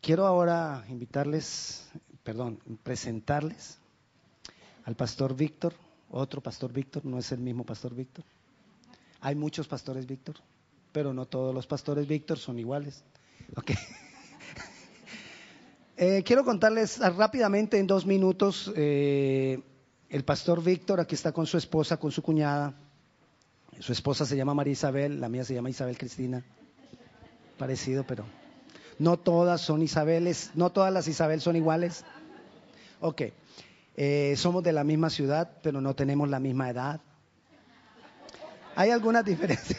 Quiero ahora presentarles al pastor Víctor, otro pastor Víctor, no es el mismo pastor Víctor. Hay muchos pastores Víctor, pero no todos los pastores Víctor son iguales. Okay. Quiero contarles rápidamente en 2 minutos, el pastor Víctor aquí está con su esposa, con su cuñada. Su esposa se llama María Isabel, la mía se llama Isabel Cristina. Parecido, pero no todas son Isabeles, no todas las Isabel son iguales. Ok, somos de la misma ciudad, pero no tenemos la misma edad. ¿Hay algunas diferencias?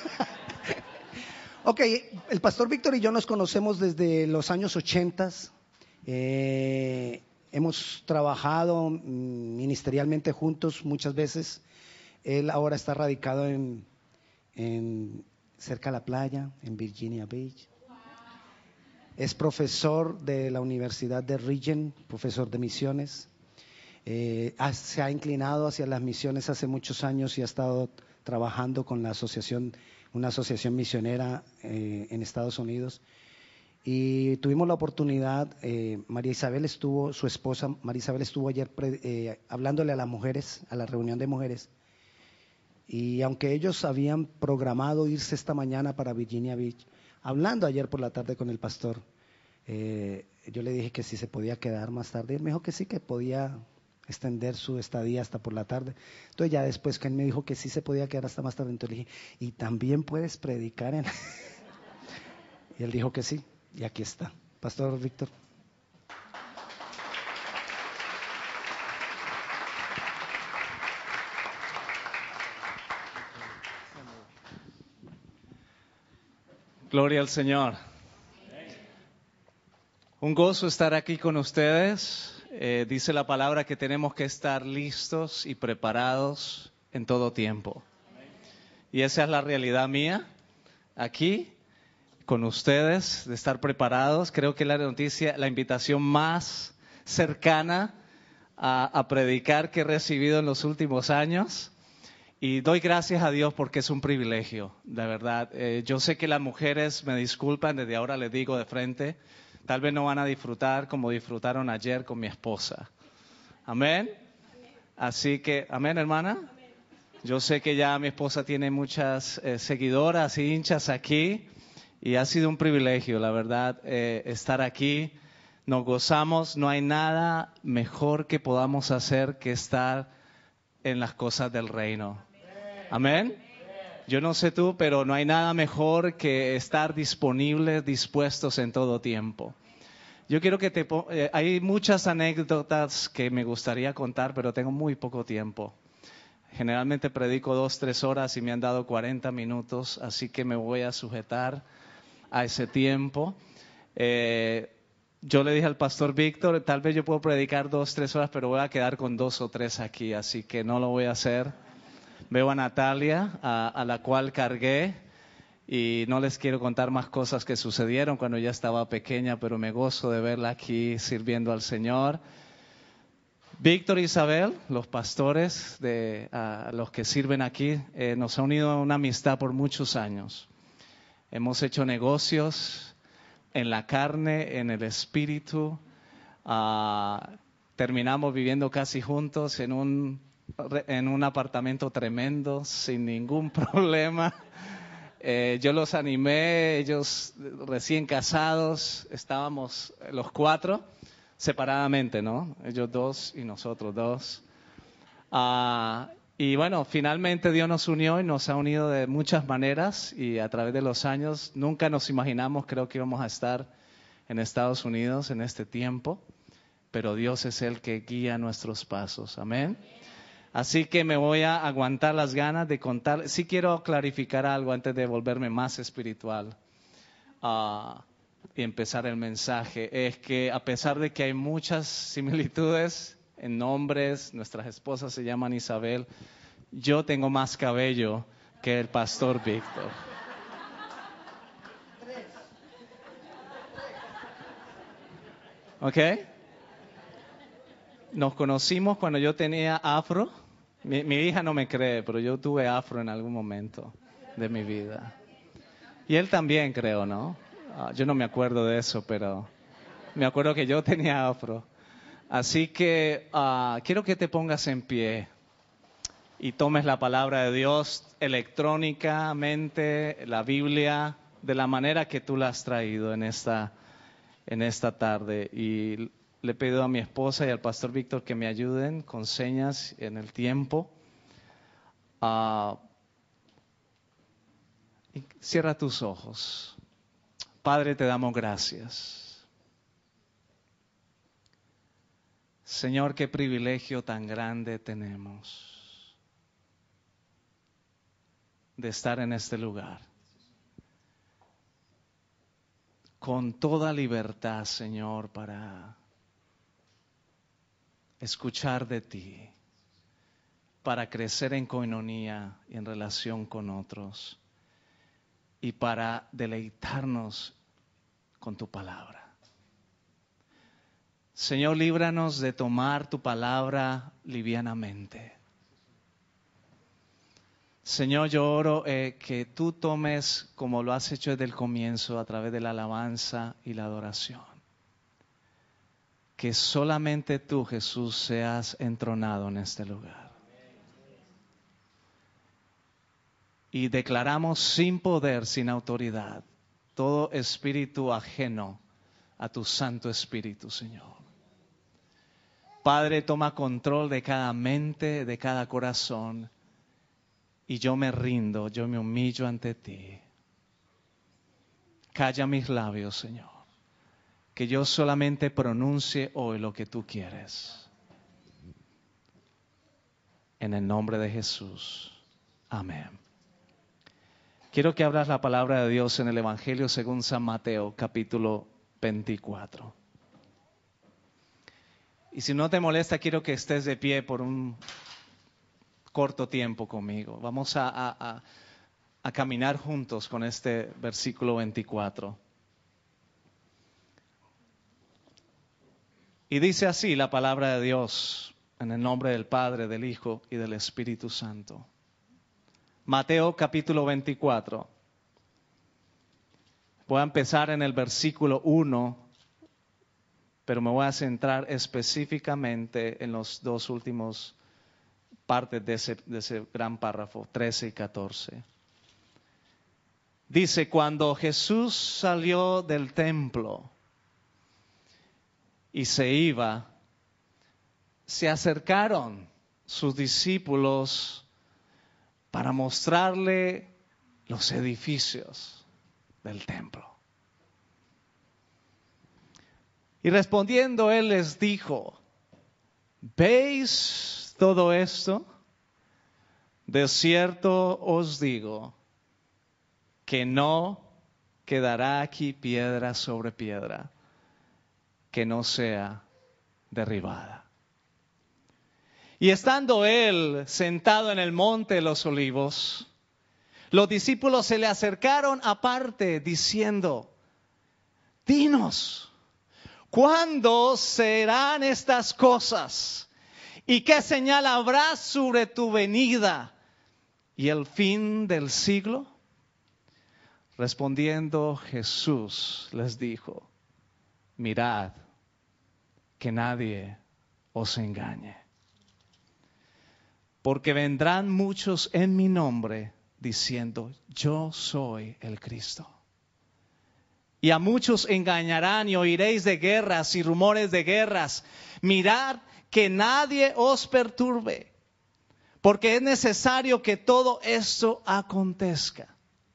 Ok, el pastor Víctor y yo nos conocemos desde los años 80. Hemos trabajado ministerialmente juntos muchas veces. Él ahora está radicado cerca de la playa, en Virginia Beach. Es profesor de la Universidad de Regent, profesor de misiones. Se ha inclinado hacia las misiones hace muchos años y ha estado trabajando con una asociación misionera en Estados Unidos. Y tuvimos la oportunidad, su esposa María Isabel estuvo ayer hablándole a las mujeres, a la reunión de mujeres. Y aunque ellos habían programado irse esta mañana para Virginia Beach, hablando ayer por la tarde con el pastor, yo le dije que si se podía quedar más tarde. Él me dijo que sí, que podía extender su estadía hasta por la tarde. Entonces ya después que él me dijo que sí se podía quedar hasta más tarde, entonces le dije, ¿y también puedes predicar en...? Y él dijo que sí, y aquí está. Pastor Víctor. Gloria al Señor. Un gozo estar aquí con ustedes. Dice la palabra que tenemos que estar listos y preparados en todo tiempo. Y esa es la realidad mía, aquí, con ustedes, de estar preparados. Creo que la invitación más cercana a predicar que he recibido en los últimos años. Y doy gracias a Dios porque es un privilegio, de verdad. Yo sé que las mujeres me disculpan, desde ahora les digo de frente, tal vez no van a disfrutar como disfrutaron ayer con mi esposa. Amén. Así que, amén, hermana. Yo sé que ya mi esposa tiene muchas seguidoras y hinchas aquí y ha sido un privilegio, la verdad, estar aquí. Nos gozamos, no hay nada mejor que podamos hacer que estar en las cosas del reino. Amén. Yo no sé tú, pero no hay nada mejor que estar disponibles, dispuestos en todo tiempo. Yo quiero que hay muchas anécdotas que me gustaría contar, pero tengo muy poco tiempo. Generalmente predico 2-3 horas y me han dado 40 minutos, así que me voy a sujetar a ese tiempo. Yo le dije al pastor Víctor, tal vez yo puedo predicar 2-3 horas, pero voy a quedar con 2 o 3 aquí, así que no lo voy a hacer. Veo a Natalia, a la cual cargué, y no les quiero contar más cosas que sucedieron cuando ella estaba pequeña, pero me gozo de verla aquí sirviendo al Señor. Víctor e Isabel, los pastores, los que sirven aquí, nos ha unido una amistad por muchos años. Hemos hecho negocios en la carne, en el espíritu. Terminamos viviendo casi juntos en un apartamento tremendo, sin ningún problema. Yo los animé, ellos recién casados, estábamos los 4 separadamente, ¿no? Ellos 2 y nosotros 2. Y bueno, finalmente Dios nos unió y nos ha unido de muchas maneras y a través de los años nunca nos imaginamos, creo que íbamos a estar en Estados Unidos en este tiempo, pero Dios es el que guía nuestros pasos. Amén. Así que me voy a aguantar las ganas de contar. Sí quiero clarificar algo antes de volverme más espiritual y empezar el mensaje. Es que a pesar de que hay muchas similitudes en nombres, nuestras esposas se llaman Isabel, yo tengo más cabello que el pastor Víctor. ¿Ok? Nos conocimos cuando yo tenía afro. Mi hija no me cree, pero yo tuve afro en algún momento de mi vida. Y él también, creo, ¿no? Yo no me acuerdo de eso, pero Me acuerdo que yo tenía afro. Así que quiero que te pongas en pie y tomes la palabra de Dios electrónicamente, la Biblia, de la manera que tú la has traído en esta tarde. Y le pido a mi esposa y al pastor Víctor que me ayuden con señas en el tiempo. Cierra tus ojos. Padre, te damos gracias. Señor, qué privilegio tan grande tenemos de estar en este lugar. Con toda libertad, Señor, para escuchar de ti, para crecer en coinonía y en relación con otros y para deleitarnos con tu palabra. Señor, líbranos de tomar tu palabra livianamente. Señor, yo oro que tú tomes, como lo has hecho desde el comienzo, a través de la alabanza y la adoración. Que solamente tú, Jesús, seas entronado en este lugar. Y declaramos sin poder, sin autoridad, todo espíritu ajeno a tu Santo Espíritu, Señor. Padre, toma control de cada mente, de cada corazón, y yo me rindo, yo me humillo ante ti. Calla mis labios, Señor, que yo solamente pronuncie hoy lo que tú quieres. En el nombre de Jesús. Amén. Quiero que abras la palabra de Dios en el Evangelio según San Mateo, capítulo 24. Y si no te molesta, quiero que estés de pie por un corto tiempo conmigo. Vamos a caminar juntos con este versículo 24. Y dice así la palabra de Dios, en el nombre del Padre, del Hijo y del Espíritu Santo. Mateo capítulo 24. Voy a empezar en el versículo 1. Pero me voy a centrar específicamente en los dos últimos partes de ese gran párrafo, 13 y 14. Dice, cuando Jesús salió del templo y se iba, se acercaron sus discípulos para mostrarle los edificios del templo. Y respondiendo él les dijo, ¿veis todo esto? De cierto os digo que no quedará aquí piedra sobre piedra que no sea derribada. Y estando él sentado en el monte de los olivos, los discípulos se le acercaron aparte diciendo, dinos, ¿cuándo serán estas cosas? ¿Y qué señal habrá sobre tu venida y el fin del siglo? Respondiendo Jesús les dijo, mirad que nadie os engañe. Porque vendrán muchos en mi nombre diciendo, yo soy el Cristo. Y a muchos engañarán y oiréis de guerras y rumores de guerras. Mirad que nadie os perturbe, porque es necesario que todo esto acontezca.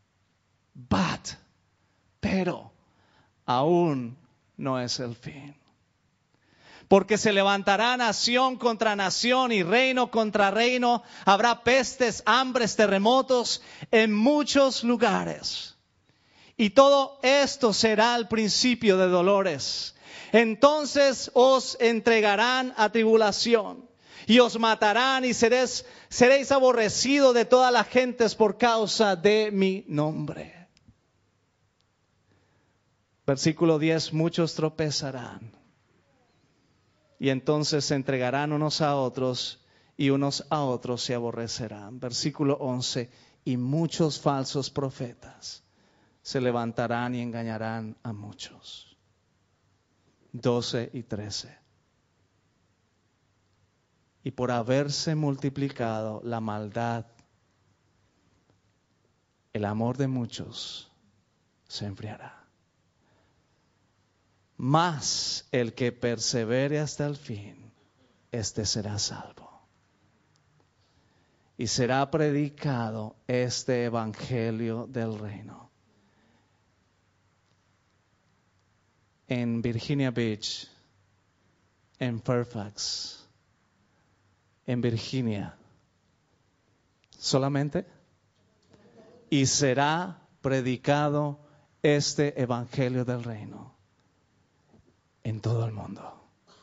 Pero aún no es el fin. Porque se levantará nación contra nación y reino contra reino. Habrá pestes, hambres, terremotos en muchos lugares. Y todo esto será el principio de dolores. Entonces os entregarán a tribulación y os matarán y seréis aborrecidos de todas las gentes por causa de mi nombre. Versículo 10, muchos tropezarán y entonces se entregarán unos a otros y unos a otros se aborrecerán. Versículo 11, y muchos falsos profetas se levantarán y engañarán a muchos. 12 y 13. Y por haberse multiplicado la maldad, el amor de muchos se enfriará. Mas el que persevere hasta el fin, este será salvo. Y será predicado este evangelio del reino en Virginia Beach, en Fairfax, en Virginia. Solamente. Y será predicado este evangelio del reino en todo el mundo,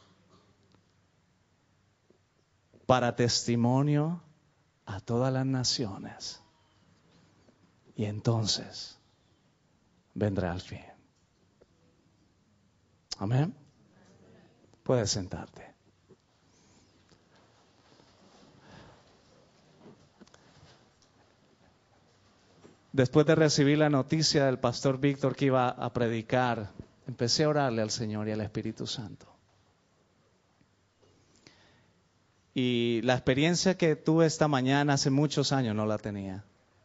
para testimonio a todas las naciones. Y entonces vendrá el fin. Amén. Puedes sentarte. Después de recibir la noticia del pastor Víctor que iba a predicar, empecé a orarle al Señor y al Espíritu Santo. Y la experiencia que tuve esta mañana hace muchos años no la tenía.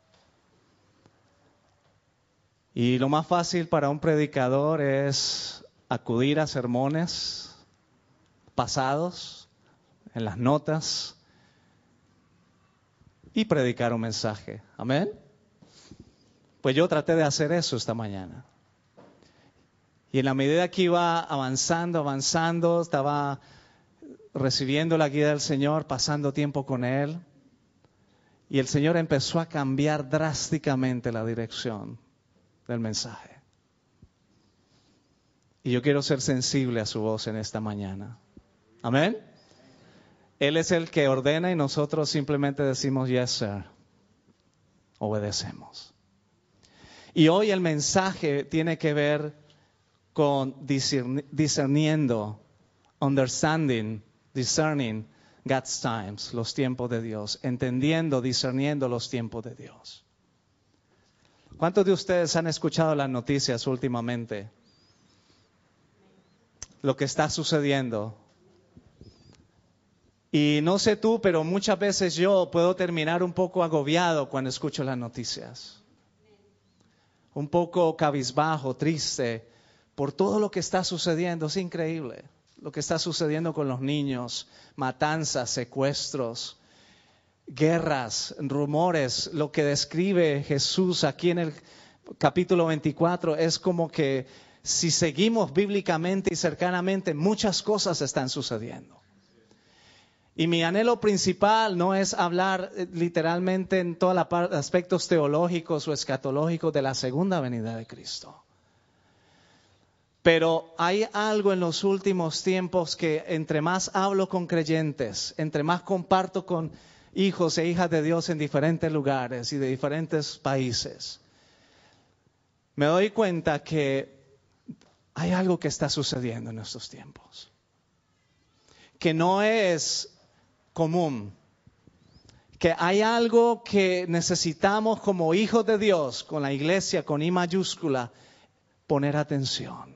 Y lo más fácil para un predicador es acudir a sermones pasados, en las notas, y predicar un mensaje. Amén. Pues yo traté de hacer eso esta mañana. Y en la medida que iba avanzando, estaba recibiendo la guía del Señor, pasando tiempo con Él. Y el Señor empezó a cambiar drásticamente la dirección del mensaje. Y yo quiero ser sensible a su voz en esta mañana. Amén. Él es el que ordena y nosotros simplemente decimos yes, sir. Obedecemos. Y hoy el mensaje tiene que ver con discerniendo, discerning God's times, los tiempos de Dios, entendiendo, discerniendo los tiempos de Dios. ¿Cuántos de ustedes han escuchado las noticias últimamente? Lo que está sucediendo. Y no sé tú, pero muchas veces yo puedo terminar un poco agobiado cuando escucho las noticias. Un poco cabizbajo, triste, por todo lo que está sucediendo. Es increíble lo que está sucediendo con los niños, matanzas, secuestros, guerras, rumores. Lo que describe Jesús aquí en el capítulo 24 es como que si seguimos bíblicamente y cercanamente, muchas cosas están sucediendo. Y mi anhelo principal no es hablar literalmente en todos los aspectos teológicos o escatológicos de la segunda venida de Cristo. Pero hay algo en los últimos tiempos que entre más hablo con creyentes, entre más comparto con hijos e hijas de Dios en diferentes lugares y de diferentes países, me doy cuenta que hay algo que está sucediendo en estos tiempos, que no es común, que hay algo que necesitamos como hijos de Dios, con la iglesia, con I mayúscula, poner atención.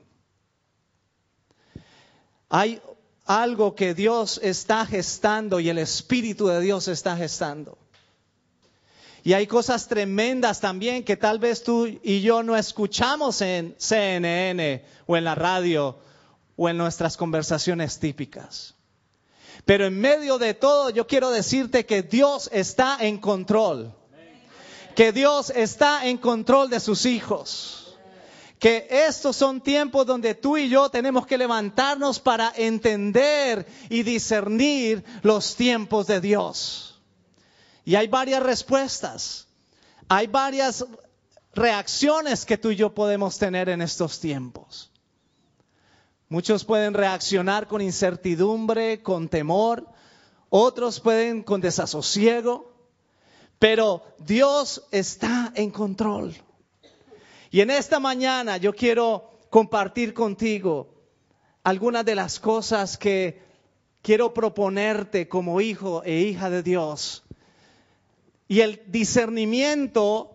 Hay algo que Dios está gestando y el Espíritu de Dios está gestando. Y hay cosas tremendas también que tal vez tú y yo no escuchamos en CNN o en la radio o en nuestras conversaciones típicas. Pero en medio de todo yo quiero decirte que Dios está en control. Que Dios está en control de sus hijos. Que estos son tiempos donde tú y yo tenemos que levantarnos para entender y discernir los tiempos de Dios. Y hay varias respuestas. Hay varias reacciones que tú y yo podemos tener en estos tiempos. Muchos pueden reaccionar con incertidumbre, con temor. Otros pueden con desasosiego. Pero Dios está en control. Y en esta mañana yo quiero compartir contigo algunas de las cosas que quiero proponerte como hijo e hija de Dios. Y el discernimiento,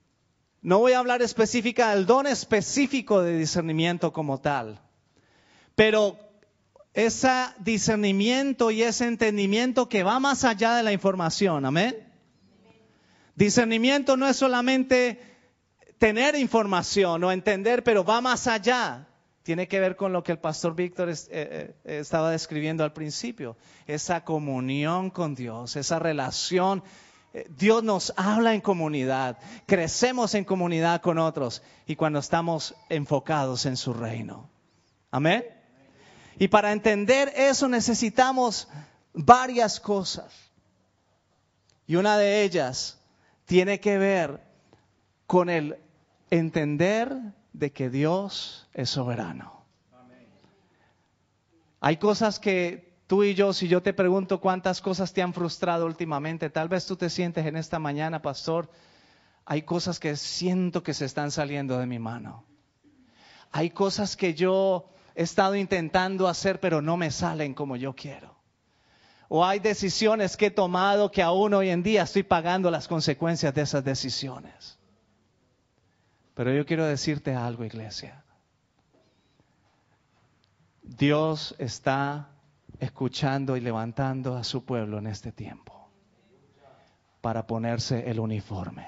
no voy a hablar específica del don específico de discernimiento como tal. Pero ese discernimiento y ese entendimiento que va más allá de la información, amén. Discernimiento no es solamente tener información o entender, pero va más allá. Tiene que ver con lo que el pastor Víctor estaba describiendo al principio. Esa comunión con Dios, esa relación. Dios nos habla en comunidad, crecemos en comunidad con otros y cuando estamos enfocados en su reino. Amén. Y para entender eso necesitamos varias cosas. Y una de ellas tiene que ver con el entender de que Dios es soberano. Hay cosas que tú y yo, si yo te pregunto cuántas cosas te han frustrado últimamente, tal vez tú te sientes en esta mañana, pastor, hay cosas que siento que se están saliendo de mi mano. Hay cosas que yo he estado intentando hacer, pero no me salen como yo quiero. O hay decisiones que he tomado que aún hoy en día estoy pagando las consecuencias de esas decisiones. Pero yo quiero decirte algo, iglesia. Dios está escuchando y levantando a su pueblo en este tiempo para ponerse el uniforme.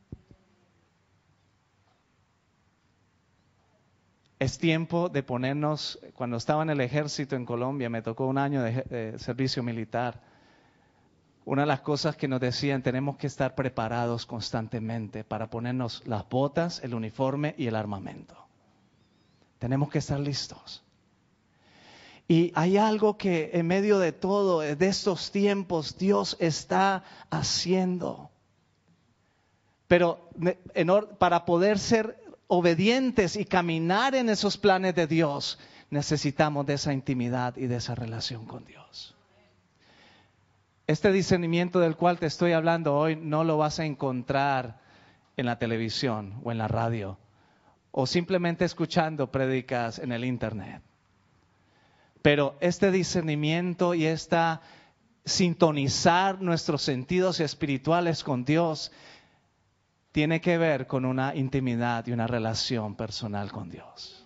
Es tiempo de ponernos, cuando estaba en el ejército en Colombia, me tocó un año de servicio militar. Una de las cosas que nos decían, tenemos que estar preparados constantemente para ponernos las botas, el uniforme y el armamento. Tenemos que estar listos. Y hay algo que en medio de todo, de estos tiempos, Dios está haciendo. Pero para poder ser obedientes y caminar en esos planes de Dios, necesitamos de esa intimidad y de esa relación con Dios. Este discernimiento del cual te estoy hablando hoy no lo vas a encontrar en la televisión o en la radio o simplemente escuchando prédicas en el internet. Pero este discernimiento y esta sintonizar nuestros sentidos espirituales con Dios tiene que ver con una intimidad y una relación personal con Dios.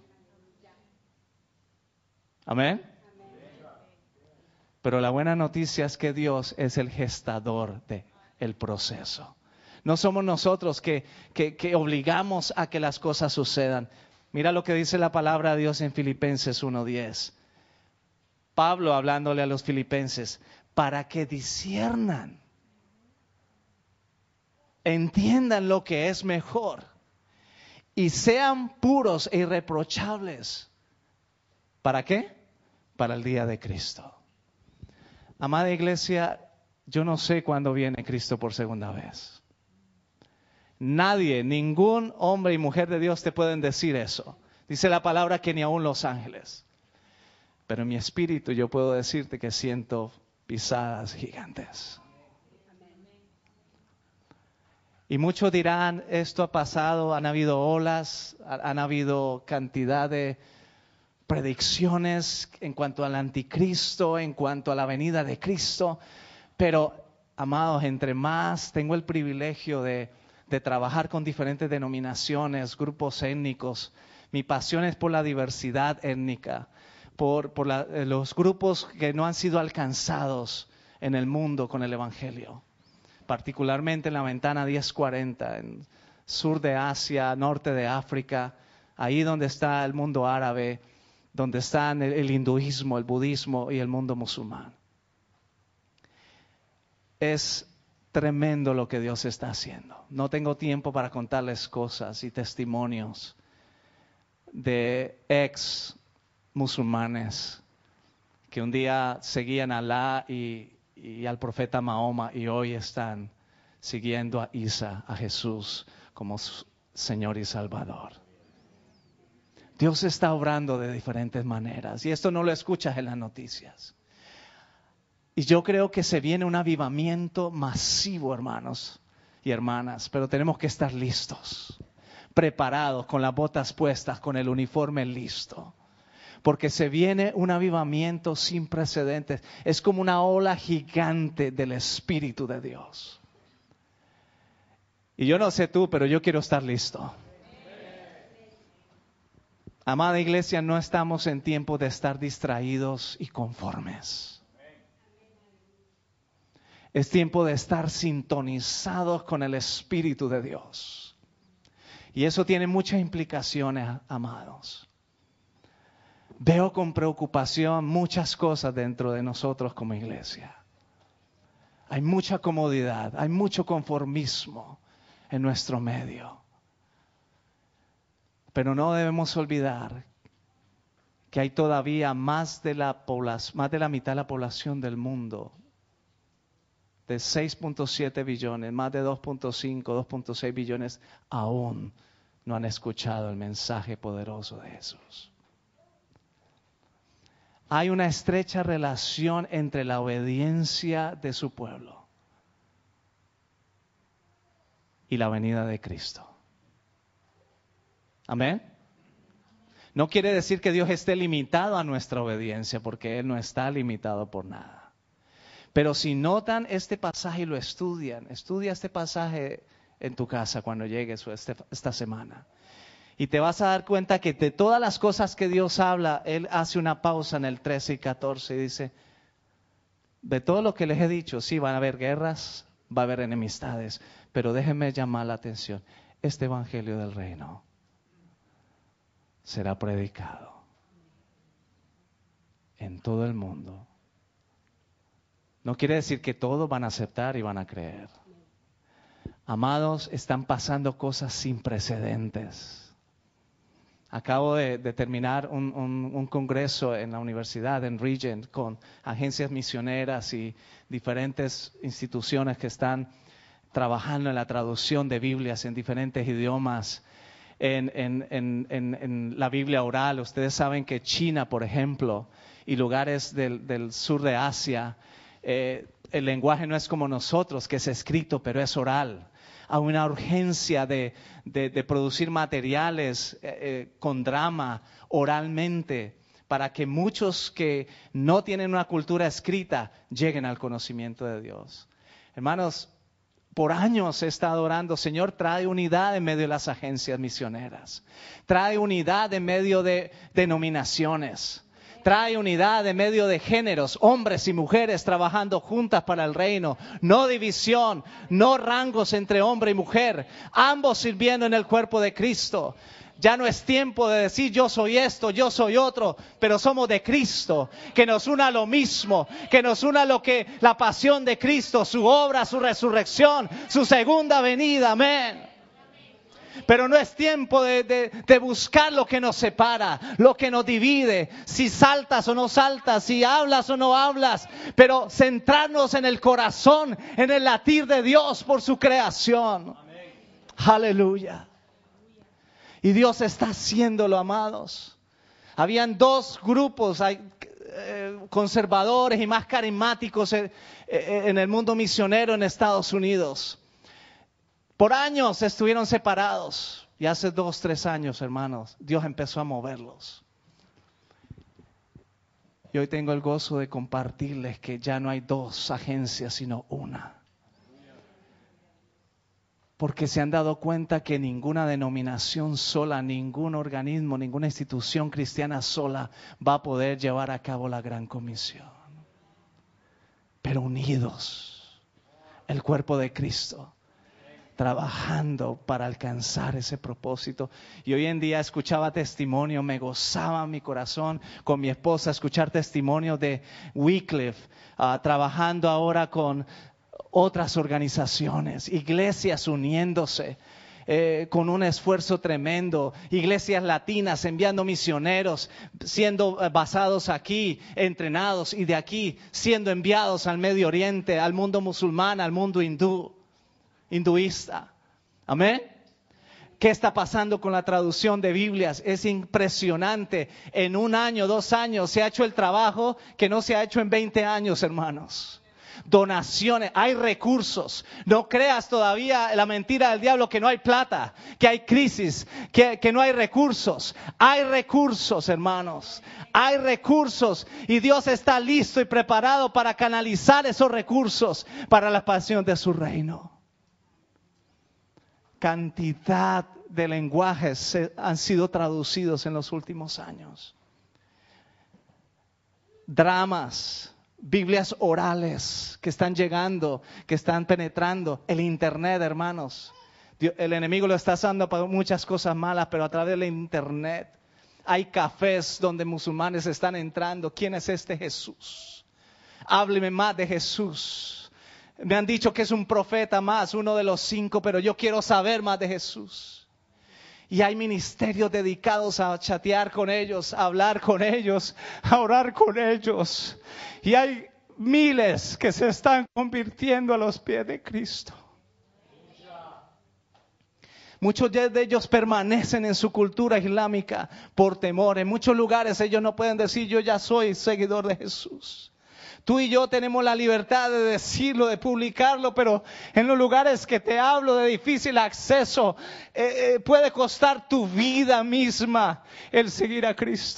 Amén. Pero la buena noticia es que Dios es el gestador del proceso. No somos nosotros que obligamos a que las cosas sucedan. Mira lo que dice la palabra de Dios en Filipenses 1:10. Pablo hablándole a los filipenses, para que disciernan, entiendan lo que es mejor y sean puros e irreprochables. ¿Para qué? Para el día de Cristo. Amada iglesia, yo no sé cuándo viene Cristo por segunda vez. Nadie, ningún hombre y mujer de Dios te pueden decir eso. Dice la palabra que ni aún los ángeles. Pero en mi espíritu yo puedo decirte que siento pisadas gigantes. Y muchos dirán, esto ha pasado, han habido olas, han habido cantidad de predicciones en cuanto al anticristo, en cuanto a la venida de Cristo. Pero, amados, entre más tengo el privilegio de trabajar con diferentes denominaciones, grupos étnicos, mi pasión es por la diversidad étnica, por los grupos que no han sido alcanzados en el mundo con el Evangelio. Particularmente en la ventana 1040, en sur de Asia, norte de África, ahí donde está el mundo árabe, donde están el hinduismo, el budismo y el mundo musulmán. Es tremendo lo que Dios está haciendo. No tengo tiempo para contarles cosas y testimonios de ex musulmanes que un día seguían a Alá y al profeta Mahoma y hoy están siguiendo a Isa, a Jesús como su Señor y Salvador. Dios está obrando de diferentes maneras y esto no lo escuchas en las noticias. Y yo creo que se viene un avivamiento masivo, hermanos y hermanas, pero tenemos que estar listos, preparados, con las botas puestas, con el uniforme listo. Porque se viene un avivamiento sin precedentes. Es como una ola gigante del Espíritu de Dios. Y yo no sé tú, pero yo quiero estar listo. Amada iglesia, no estamos en tiempo de estar distraídos y conformes. Es tiempo de estar sintonizados con el Espíritu de Dios. Y eso tiene muchas implicaciones, amados. Veo con preocupación muchas cosas dentro de nosotros como iglesia. Hay mucha comodidad, hay mucho conformismo en nuestro medio. Pero no debemos olvidar que hay todavía más de la mitad de la población del mundo, de 6.7 billones, más de 2.5, 2.6 billones, aún no han escuchado el mensaje poderoso de Jesús. Hay una estrecha relación entre la obediencia de su pueblo y la venida de Cristo. Amén. No quiere decir que Dios esté limitado a nuestra obediencia, porque Él no está limitado por nada. Pero si notan este pasaje y lo estudian, estudia este pasaje en tu casa cuando llegues esta semana. Y te vas a dar cuenta que de todas las cosas que Dios habla, Él hace una pausa en el 13 y 14 y dice, de todo lo que les he dicho, sí, van a haber guerras, va a haber enemistades, pero déjenme llamar la atención, este evangelio del reino será predicado en todo el mundo. No quiere decir que todos van a aceptar y van a creer. Amados, están pasando cosas sin precedentes. Acabo de terminar un congreso en la universidad, en Regent, con agencias misioneras y diferentes instituciones que están trabajando en la traducción de Biblias en diferentes idiomas. En la Biblia oral, ustedes saben que China, por ejemplo, y lugares del sur de Asia, el lenguaje no es como nosotros, que es escrito, pero es oral. Hay una urgencia de producir materiales con drama oralmente para que muchos que no tienen una cultura escrita lleguen al conocimiento de Dios. Hermanos, por años he estado orando, Señor, trae unidad en medio de las agencias misioneras. Trae unidad en medio de denominaciones. Trae unidad en medio de géneros, hombres y mujeres trabajando juntas para el reino. No división, no rangos entre hombre y mujer. Ambos sirviendo en el cuerpo de Cristo. Ya no es tiempo de decir yo soy esto, yo soy otro, pero somos de Cristo, que nos una lo mismo, que nos una lo que la pasión de Cristo, su obra, su resurrección, su segunda venida, amén. Pero no es tiempo de buscar lo que nos separa, lo que nos divide, si saltas o no saltas, si hablas o no hablas, pero centrarnos en el corazón, en el latir de Dios por su creación. Aleluya. Y Dios está haciéndolo, amados. Habían dos grupos conservadores y más carismáticos en el mundo misionero en Estados Unidos. Por años estuvieron separados. Y hace 2, 3 años, hermanos, Dios empezó a moverlos. Y hoy tengo el gozo de compartirles que ya no hay 2 agencias, sino una. Porque se han dado cuenta que ninguna denominación sola, ningún organismo, ninguna institución cristiana sola va a poder llevar a cabo la gran comisión. Pero unidos, el cuerpo de Cristo, trabajando para alcanzar ese propósito. Y hoy en día escuchaba testimonio, me gozaba mi corazón con mi esposa escuchar testimonio de Wycliffe, trabajando ahora con otras organizaciones, iglesias uniéndose con un esfuerzo tremendo, iglesias latinas enviando misioneros, siendo basados aquí, entrenados, y de aquí siendo enviados al Medio Oriente, al mundo musulmán, al mundo hinduista. Amén. ¿Qué está pasando con la traducción de Biblias? Es impresionante. En 1 año, 2 años se ha hecho el trabajo que no se ha hecho en 20 años, hermanos. Donaciones, hay recursos. No creas todavía la mentira del diablo que no hay plata, que hay crisis, que no hay recursos. Hay recursos, hermanos. Hay recursos y Dios está listo y preparado para canalizar esos recursos para la expansión de su reino. Cantidad de lenguajes han sido traducidos en los últimos años. Dramas, Biblias orales que están llegando, que están penetrando. El internet, hermanos. El enemigo lo está usando para muchas cosas malas, pero a través del internet hay cafés donde musulmanes están entrando. ¿Quién es este Jesús? Hábleme más de Jesús. Me han dicho que es un profeta más, uno de los 5, pero yo quiero saber más de Jesús. Y hay ministerios dedicados a chatear con ellos, a hablar con ellos, a orar con ellos. Y hay miles que se están convirtiendo a los pies de Cristo. Muchos de ellos permanecen en su cultura islámica por temor. En muchos lugares ellos no pueden decir: yo ya soy seguidor de Jesús. Tú y yo tenemos la libertad de decirlo, de publicarlo, pero en los lugares que te hablo de difícil acceso, puede costar tu vida misma el seguir a Cristo.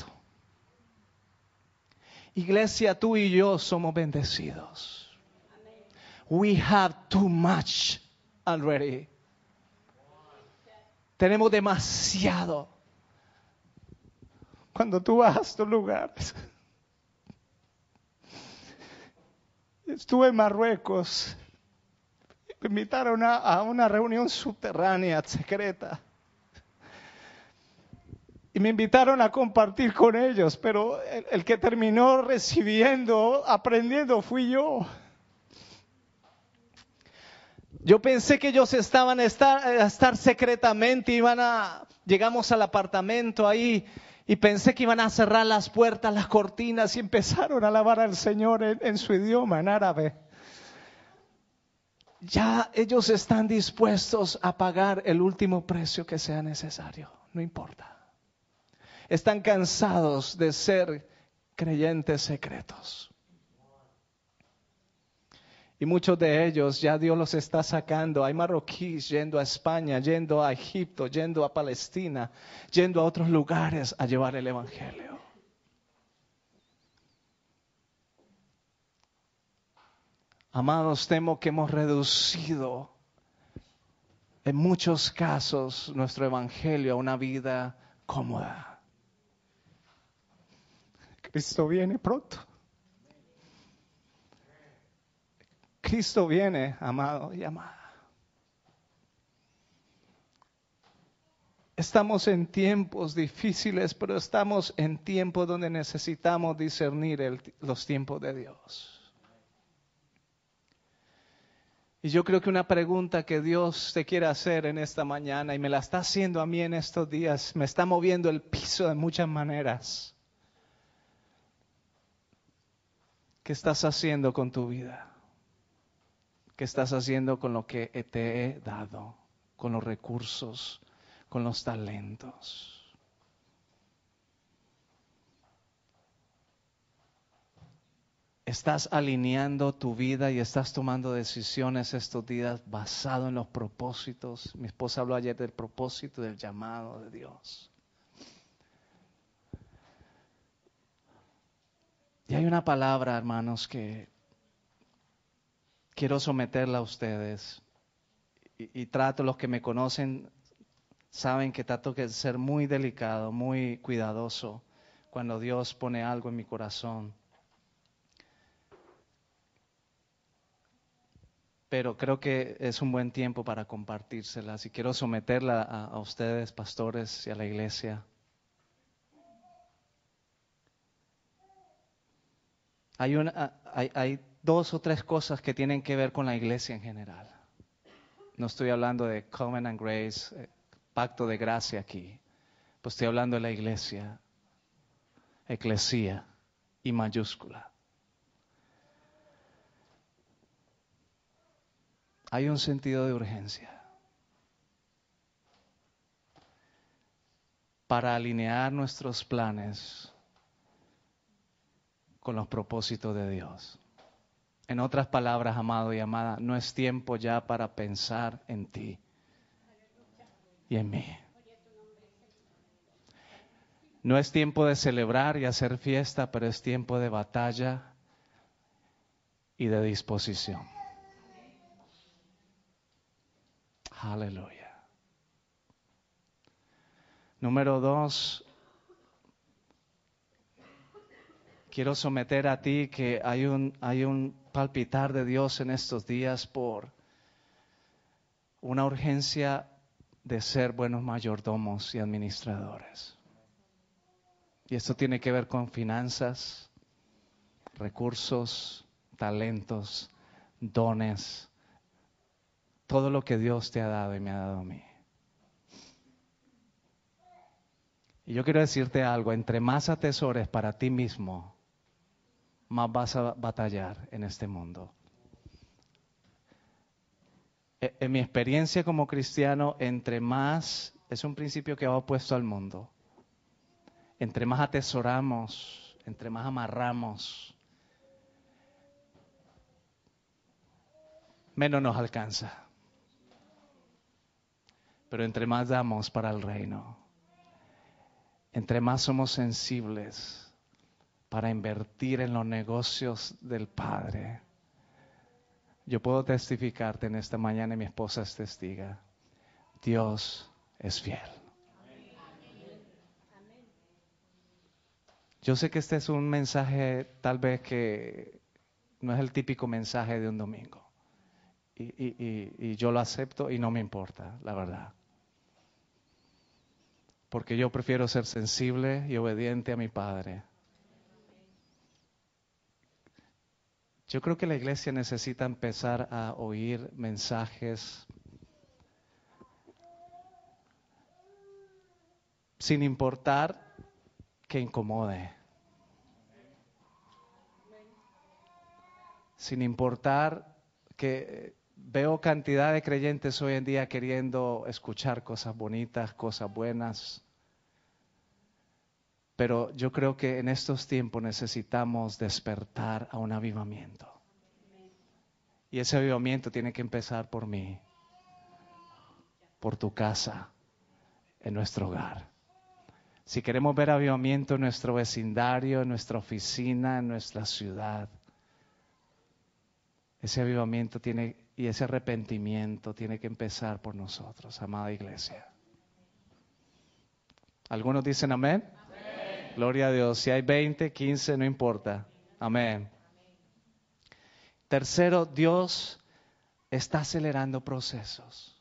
Iglesia, tú y yo somos bendecidos. We have too much already. Tenemos demasiado. Cuando tú vas a estos lugares. Estuve en Marruecos. Me invitaron a una reunión subterránea, secreta. Y me invitaron a compartir con ellos, pero el que terminó recibiendo, aprendiendo, fui yo. Yo pensé que ellos estaban a estar secretamente, llegamos al apartamento ahí y pensé que iban a cerrar las puertas, las cortinas, y empezaron a alabar al Señor en su idioma, en árabe. Ya ellos están dispuestos a pagar el último precio que sea necesario, no importa. Están cansados de ser creyentes secretos. Y muchos de ellos ya Dios los está sacando. Hay marroquíes yendo a España, yendo a Egipto, yendo a Palestina, yendo a otros lugares a llevar el evangelio. Amados, temo que hemos reducido en muchos casos nuestro evangelio a una vida cómoda. Cristo viene pronto. Cristo viene, amado y amada. Estamos en tiempos difíciles, pero estamos en tiempos donde necesitamos discernir los tiempos de Dios. Y yo creo que una pregunta que Dios te quiere hacer en esta mañana, y me la está haciendo a mí en estos días, me está moviendo el piso de muchas maneras. ¿Qué estás haciendo con tu vida? ¿Qué estás haciendo con lo que te he dado? Con los recursos, con los talentos. ¿Estás alineando tu vida y estás tomando decisiones estos días basado en los propósitos? Mi esposa habló ayer del propósito, del llamado de Dios. Y hay una palabra, hermanos, que quiero someterla a ustedes. Y trato, los que me conocen saben que trato de ser muy delicado, muy cuidadoso cuando Dios pone algo en mi corazón. Pero creo que es un buen tiempo para compartírselas y quiero someterla a ustedes, pastores, y a la iglesia. Hay 2 o 3 cosas que tienen que ver con la iglesia en general. No estoy hablando de Covenant Grace, pacto de gracia aquí. Pues estoy hablando de la iglesia, eclesía y mayúscula. Hay un sentido de urgencia para alinear nuestros planes con los propósitos de Dios. En otras palabras, amado y amada, no es tiempo ya para pensar en ti y en mí. No es tiempo de celebrar y hacer fiesta, pero es tiempo de batalla y de disposición. Aleluya. Número 2, quiero someter a ti que hay un palpitar de Dios en estos días por una urgencia de ser buenos mayordomos y administradores. Y esto tiene que ver con finanzas, recursos, talentos, dones, todo lo que Dios te ha dado y me ha dado a mí. Y yo quiero decirte algo, entre más atesores para ti mismo, más vas a batallar en este mundo. En mi experiencia como cristiano, entre más, es un principio que va opuesto al mundo, entre más atesoramos, entre más amarramos, menos nos alcanza. Pero entre más damos para el reino, entre más somos sensibles para invertir en los negocios del Padre. Yo puedo testificarte en esta mañana y mi esposa es testiga. Dios es fiel. Yo sé que este es un mensaje tal vez que no es el típico mensaje de un domingo. Y yo lo acepto y no me importa, la verdad. Porque yo prefiero ser sensible y obediente a mi Padre. Yo creo que la iglesia necesita empezar a oír mensajes sin importar que incomode. Sin importar que veo cantidad de creyentes hoy en día queriendo escuchar cosas bonitas, cosas buenas. Pero yo creo que en estos tiempos necesitamos despertar a un avivamiento. Y ese avivamiento tiene que empezar por mí, por tu casa, en nuestro hogar. Si queremos ver avivamiento en nuestro vecindario, en nuestra oficina, en nuestra ciudad, ese avivamiento y ese arrepentimiento tiene que empezar por nosotros, amada iglesia. ¿Algunos dicen amén? Amén. Gloria a Dios. Si hay 20, 15, no importa. Amén. Tercero, Dios está acelerando procesos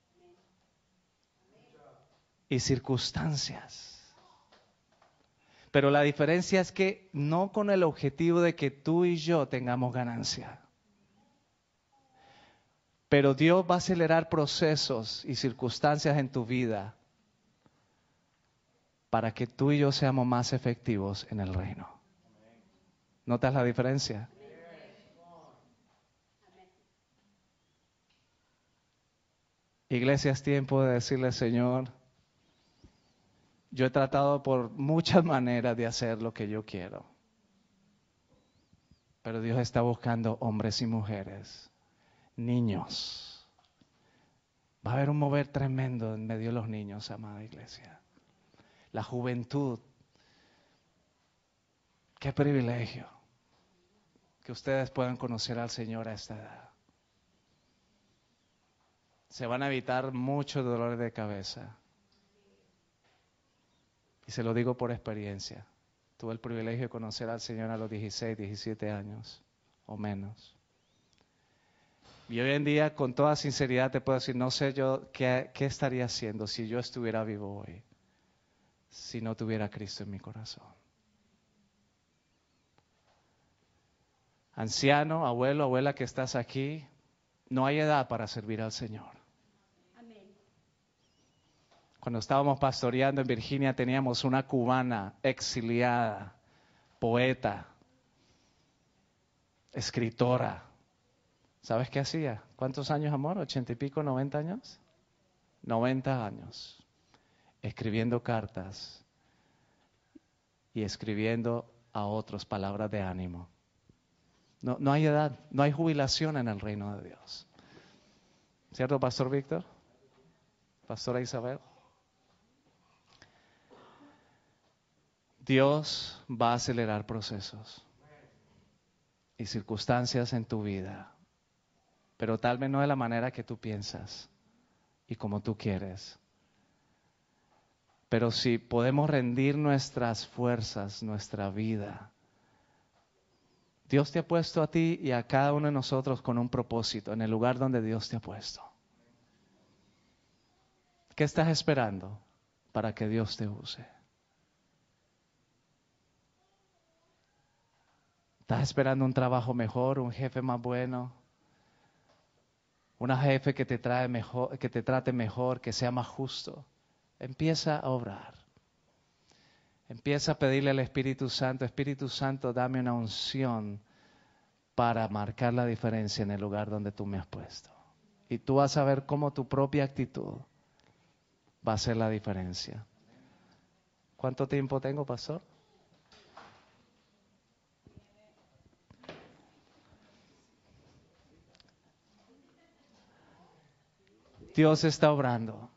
y circunstancias. Pero la diferencia es que no con el objetivo de que tú y yo tengamos ganancia. Pero Dios va a acelerar procesos y circunstancias en tu vida para que tú y yo seamos más efectivos en el reino. ¿Notas la diferencia? Iglesia, es tiempo de decirle, Señor, yo he tratado por muchas maneras de hacer lo que yo quiero. Pero Dios está buscando hombres y mujeres, niños. Va a haber un mover tremendo en medio de los niños, amada iglesia. La juventud. Qué privilegio que ustedes puedan conocer al Señor a esta edad. Se van a evitar muchos dolores de cabeza. Y se lo digo por experiencia. Tuve el privilegio de conocer al Señor a los 16, 17 años o menos. Y hoy en día, con toda sinceridad, te puedo decir, no sé yo qué estaría haciendo si yo estuviera vivo hoy, si no tuviera Cristo en mi corazón. Anciano, abuelo, abuela que estás aquí, no hay edad para servir al Señor. Amén. Cuando estábamos pastoreando en Virginia teníamos una cubana exiliada, poeta, escritora. ¿Sabes qué hacía? ¿Cuántos años, amor? ¿80 y pico, 90 años? 90 años. Escribiendo cartas y escribiendo a otros palabras de ánimo. No hay edad, no hay jubilación en el reino de Dios. ¿Cierto, Pastor Víctor? Pastora Isabel. Dios va a acelerar procesos y circunstancias en tu vida, pero tal vez no de la manera que tú piensas y como tú quieres. Pero si podemos rendir nuestras fuerzas, nuestra vida, Dios te ha puesto a ti y a cada uno de nosotros con un propósito en el lugar donde Dios te ha puesto. ¿Qué estás esperando para que Dios te use? ¿Estás esperando un trabajo mejor, un jefe más bueno? Una jefe que te trate mejor, que sea más justo. Empieza a obrar. Empieza a pedirle al Espíritu Santo, dame una unción para marcar la diferencia en el lugar donde tú me has puesto. Y tú vas a ver cómo tu propia actitud va a hacer la diferencia. ¿Cuánto tiempo tengo, pastor? Dios está obrando.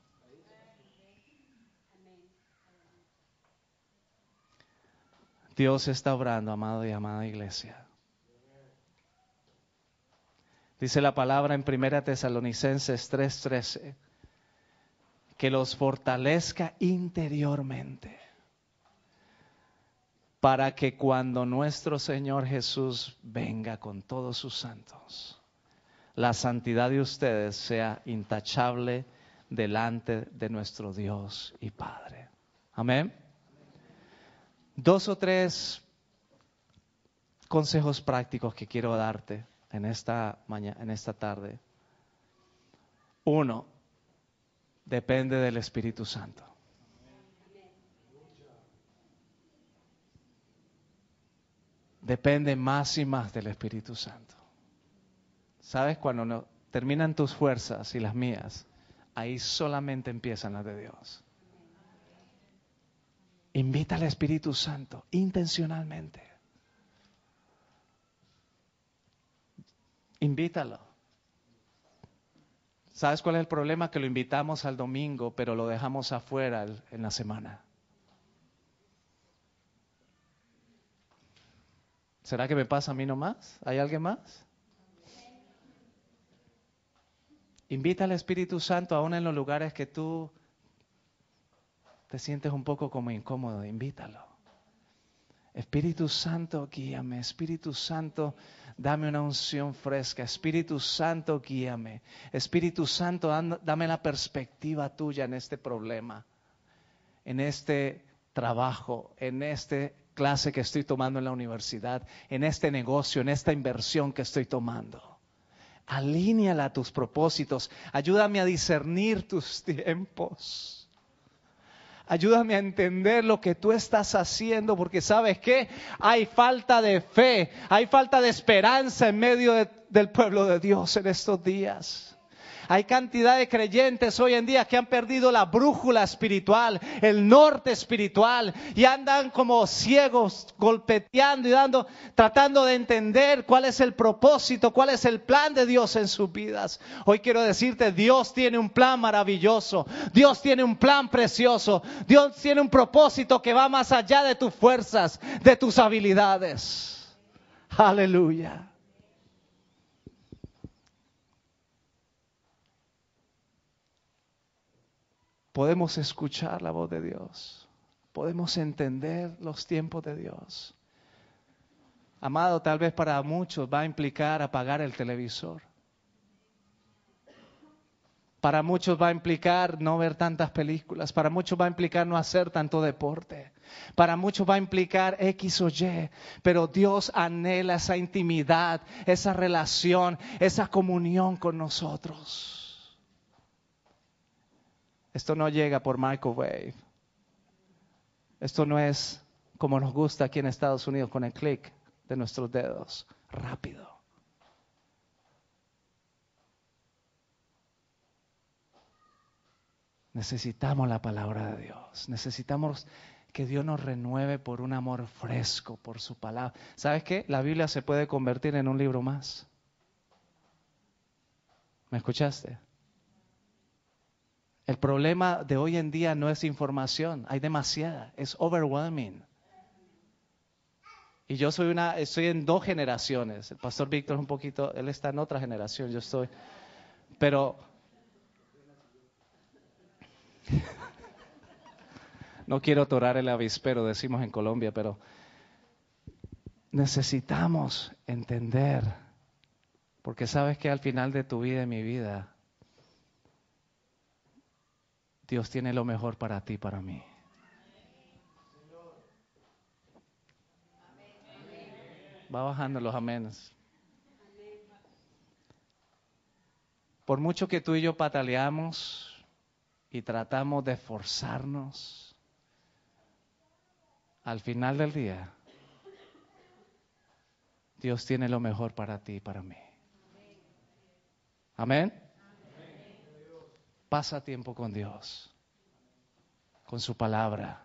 Dios está obrando, amado y amada iglesia. Dice la palabra en 1 Tesalonicenses 3:13, que los fortalezca interiormente, para que cuando nuestro Señor Jesús venga con todos sus santos, la santidad de ustedes sea intachable delante de nuestro Dios y Padre. Amén. 2 o 3 consejos prácticos que quiero darte en esta tarde. 1, depende del Espíritu Santo. Depende más y más del Espíritu Santo. ¿Sabes? Cuando no terminan tus fuerzas y las mías, ahí solamente empiezan las de Dios. Invita al Espíritu Santo intencionalmente. Invítalo. ¿Sabes cuál es el problema? Que lo invitamos al domingo, pero lo dejamos afuera en la semana. ¿Será que me pasa a mí nomás? ¿Hay alguien más? Invita al Espíritu Santo aún en los lugares que tú te sientes un poco como incómodo. Invítalo. Espíritu Santo, guíame. Espíritu Santo, dame una unción fresca. Espíritu Santo, guíame. Espíritu Santo, dame la perspectiva tuya en este problema, en este trabajo, en esta clase que estoy tomando en la universidad, en este negocio, en esta inversión que estoy tomando. Alíneala a tus propósitos. Ayúdame a discernir tus tiempos. Ayúdame a entender lo que tú estás haciendo, porque ¿sabes qué? Hay falta de fe, hay falta de esperanza en medio del pueblo de Dios en estos días. Hay cantidad de creyentes hoy en día que han perdido la brújula espiritual, el norte espiritual, y andan como ciegos, golpeteando y tratando de entender cuál es el propósito, cuál es el plan de Dios en sus vidas. Hoy quiero decirte, Dios tiene un plan maravilloso, Dios tiene un plan precioso, Dios tiene un propósito que va más allá de tus fuerzas, de tus habilidades. Aleluya. Podemos escuchar la voz de Dios. Podemos entender los tiempos de Dios. Amado, tal vez para muchos va a implicar apagar el televisor. Para muchos va a implicar no ver tantas películas. Para muchos va a implicar no hacer tanto deporte. Para muchos va a implicar X o Y. Pero Dios anhela esa intimidad, esa relación, esa comunión con nosotros. Esto no llega por microwave. Esto no es como nos gusta aquí en Estados Unidos con el clic de nuestros dedos. Rápido. Necesitamos la palabra de Dios. Necesitamos que Dios nos renueve por un amor fresco, por su palabra. ¿Sabes qué? La Biblia se puede convertir en un libro más. ¿Me escuchaste? El problema de hoy en día no es información, hay demasiada, es overwhelming. Y yo estoy en 2 generaciones. El pastor Víctor es un poquito, él está en otra generación, yo estoy. Pero No quiero torar el avispero, decimos en Colombia, pero necesitamos entender, porque sabes que al final de tu vida y mi vida, Dios tiene lo mejor para ti y para mí. Va bajando los amenes. Por mucho que tú y yo pataleamos y tratamos de esforzarnos, al final del día, Dios tiene lo mejor para ti y para mí. Amén. Pasa tiempo con Dios, con su palabra.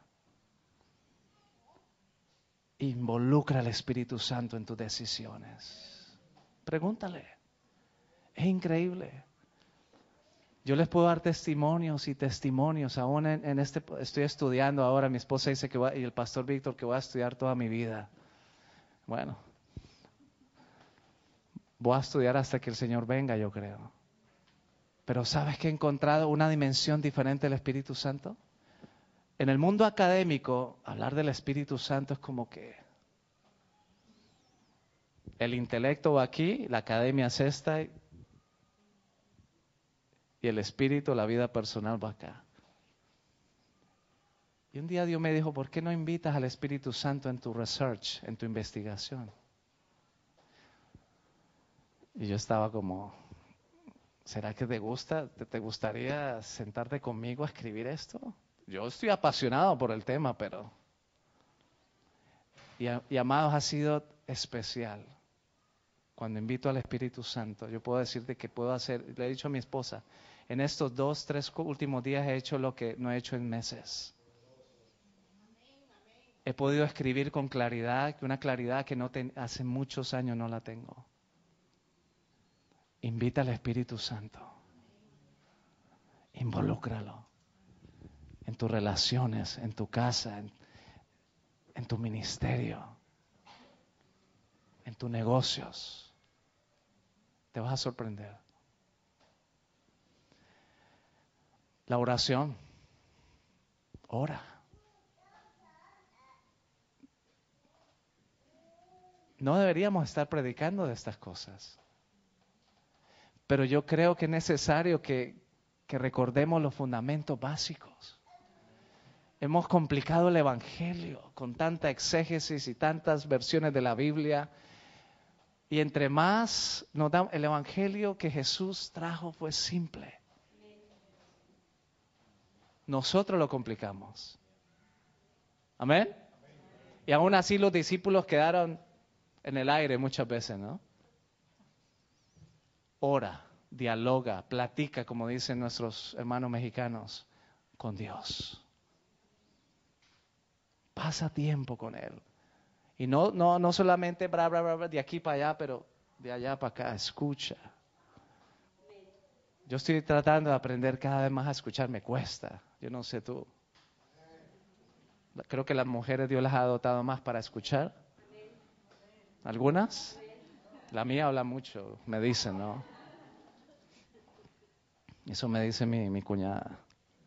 Involucra al Espíritu Santo en tus decisiones. Pregúntale. Es increíble. Yo les puedo dar testimonios y testimonios. Aún en este, estoy estudiando ahora. Mi esposa dice que y el pastor Víctor que voy a estudiar toda mi vida. Bueno, voy a estudiar hasta que el Señor venga, yo creo. Pero ¿sabes que he encontrado una dimensión diferente del Espíritu Santo? En el mundo académico, hablar del Espíritu Santo es como que el intelecto va aquí, la academia es esta y el Espíritu, la vida personal va acá. Y un día Dios me dijo, ¿por qué no invitas al Espíritu Santo en tu research, en tu investigación? Y yo estaba como, ¿será que te gusta? ¿Te gustaría sentarte conmigo a escribir esto? Yo estoy apasionado por el tema, pero... Y amados, ha sido especial. Cuando invito al Espíritu Santo, yo puedo decirte que puedo hacer, le he dicho a mi esposa, en estos 2, 3 últimos días he hecho lo que no he hecho en meses. He podido escribir con claridad, una claridad que hace muchos años no la tengo. Invita al Espíritu Santo. Involúcralo en tus relaciones, en tu casa, en tu ministerio, en tus negocios. Te vas a sorprender. La oración. Ora. No deberíamos estar predicando de estas cosas. Pero yo creo que es necesario que recordemos los fundamentos básicos. Hemos complicado el Evangelio con tanta exégesis y tantas versiones de la Biblia. Y entre más nos da el Evangelio que Jesús trajo fue simple. Nosotros lo complicamos. Amén. Y aún así los discípulos quedaron en el aire muchas veces, ¿no? Ora, dialoga, platica, como dicen nuestros hermanos mexicanos, con Dios. Pasa tiempo con Él. Y no solamente bla, bla, bla, de aquí para allá, pero de allá para acá, escucha. Yo estoy tratando de aprender cada vez más a escuchar, me cuesta, yo no sé tú. Creo que las mujeres Dios las ha dotado más para escuchar. ¿Algunas? La mía habla mucho, me dicen, ¿no? Eso me dice mi cuñada.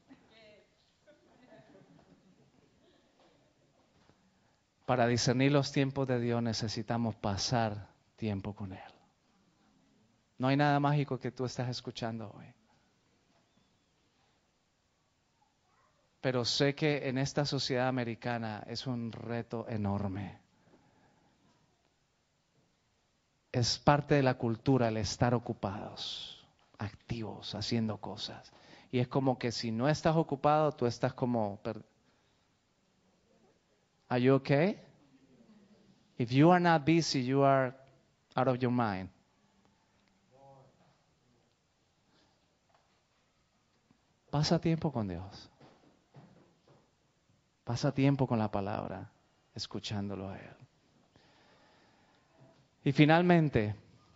Para discernir los tiempos de Dios necesitamos pasar tiempo con Él. No hay nada mágico que tú estás escuchando hoy. Pero sé que en esta sociedad americana es un reto enorme. Es parte de la cultura el estar ocupados, activos, haciendo cosas. Y es como que si no estás ocupado, tú estás como... Are you okay? If you are not busy, you are out of your mind. Pasa tiempo con Dios. Pasa tiempo con la palabra, escuchándolo a Él. Y finalmente,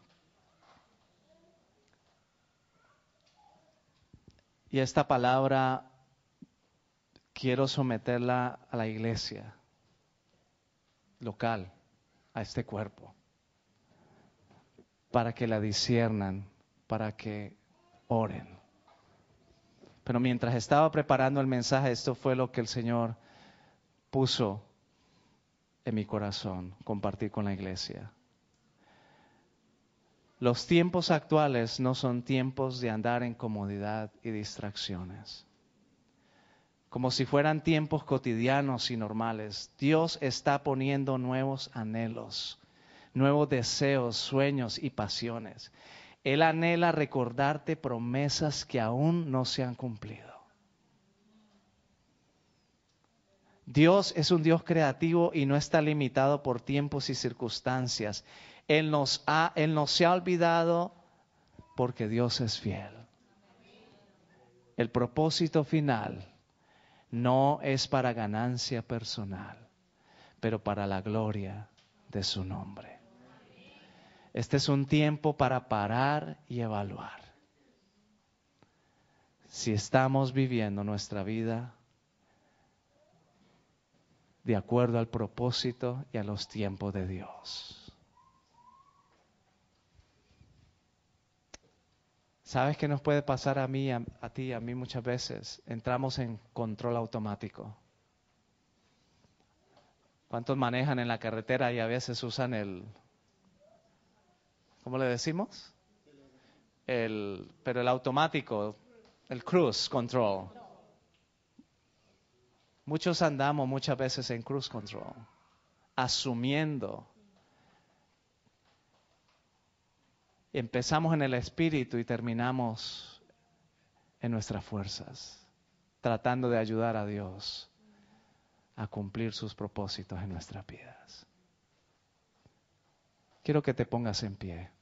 y esta palabra quiero someterla a la iglesia local, a este cuerpo, para que la disciernan, para que oren. Pero mientras estaba preparando el mensaje, esto fue lo que el Señor puso en mi corazón compartir con la iglesia. Los tiempos actuales no son tiempos de andar en comodidad y distracciones. Como si fueran tiempos cotidianos y normales. Dios está poniendo nuevos anhelos, nuevos deseos, sueños y pasiones. Él anhela recordarte promesas que aún no se han cumplido. Dios es un Dios creativo y no está limitado por tiempos y circunstancias. Él no se ha olvidado porque Dios es fiel. El propósito final no es para ganancia personal, pero para la gloria de su nombre. Este es un tiempo para parar y evaluar si estamos viviendo nuestra vida de acuerdo al propósito y a los tiempos de Dios. ¿Sabes qué nos puede pasar a mí, a ti, a mí muchas veces? Entramos en control automático. ¿Cuántos manejan en la carretera y a veces usan ¿cómo le decimos? Pero el automático, el cruise control. Muchos andamos muchas veces en cruise control, asumiendo. Empezamos en el espíritu y terminamos en nuestras fuerzas, tratando de ayudar a Dios a cumplir sus propósitos en nuestras vidas. Quiero que te pongas en pie.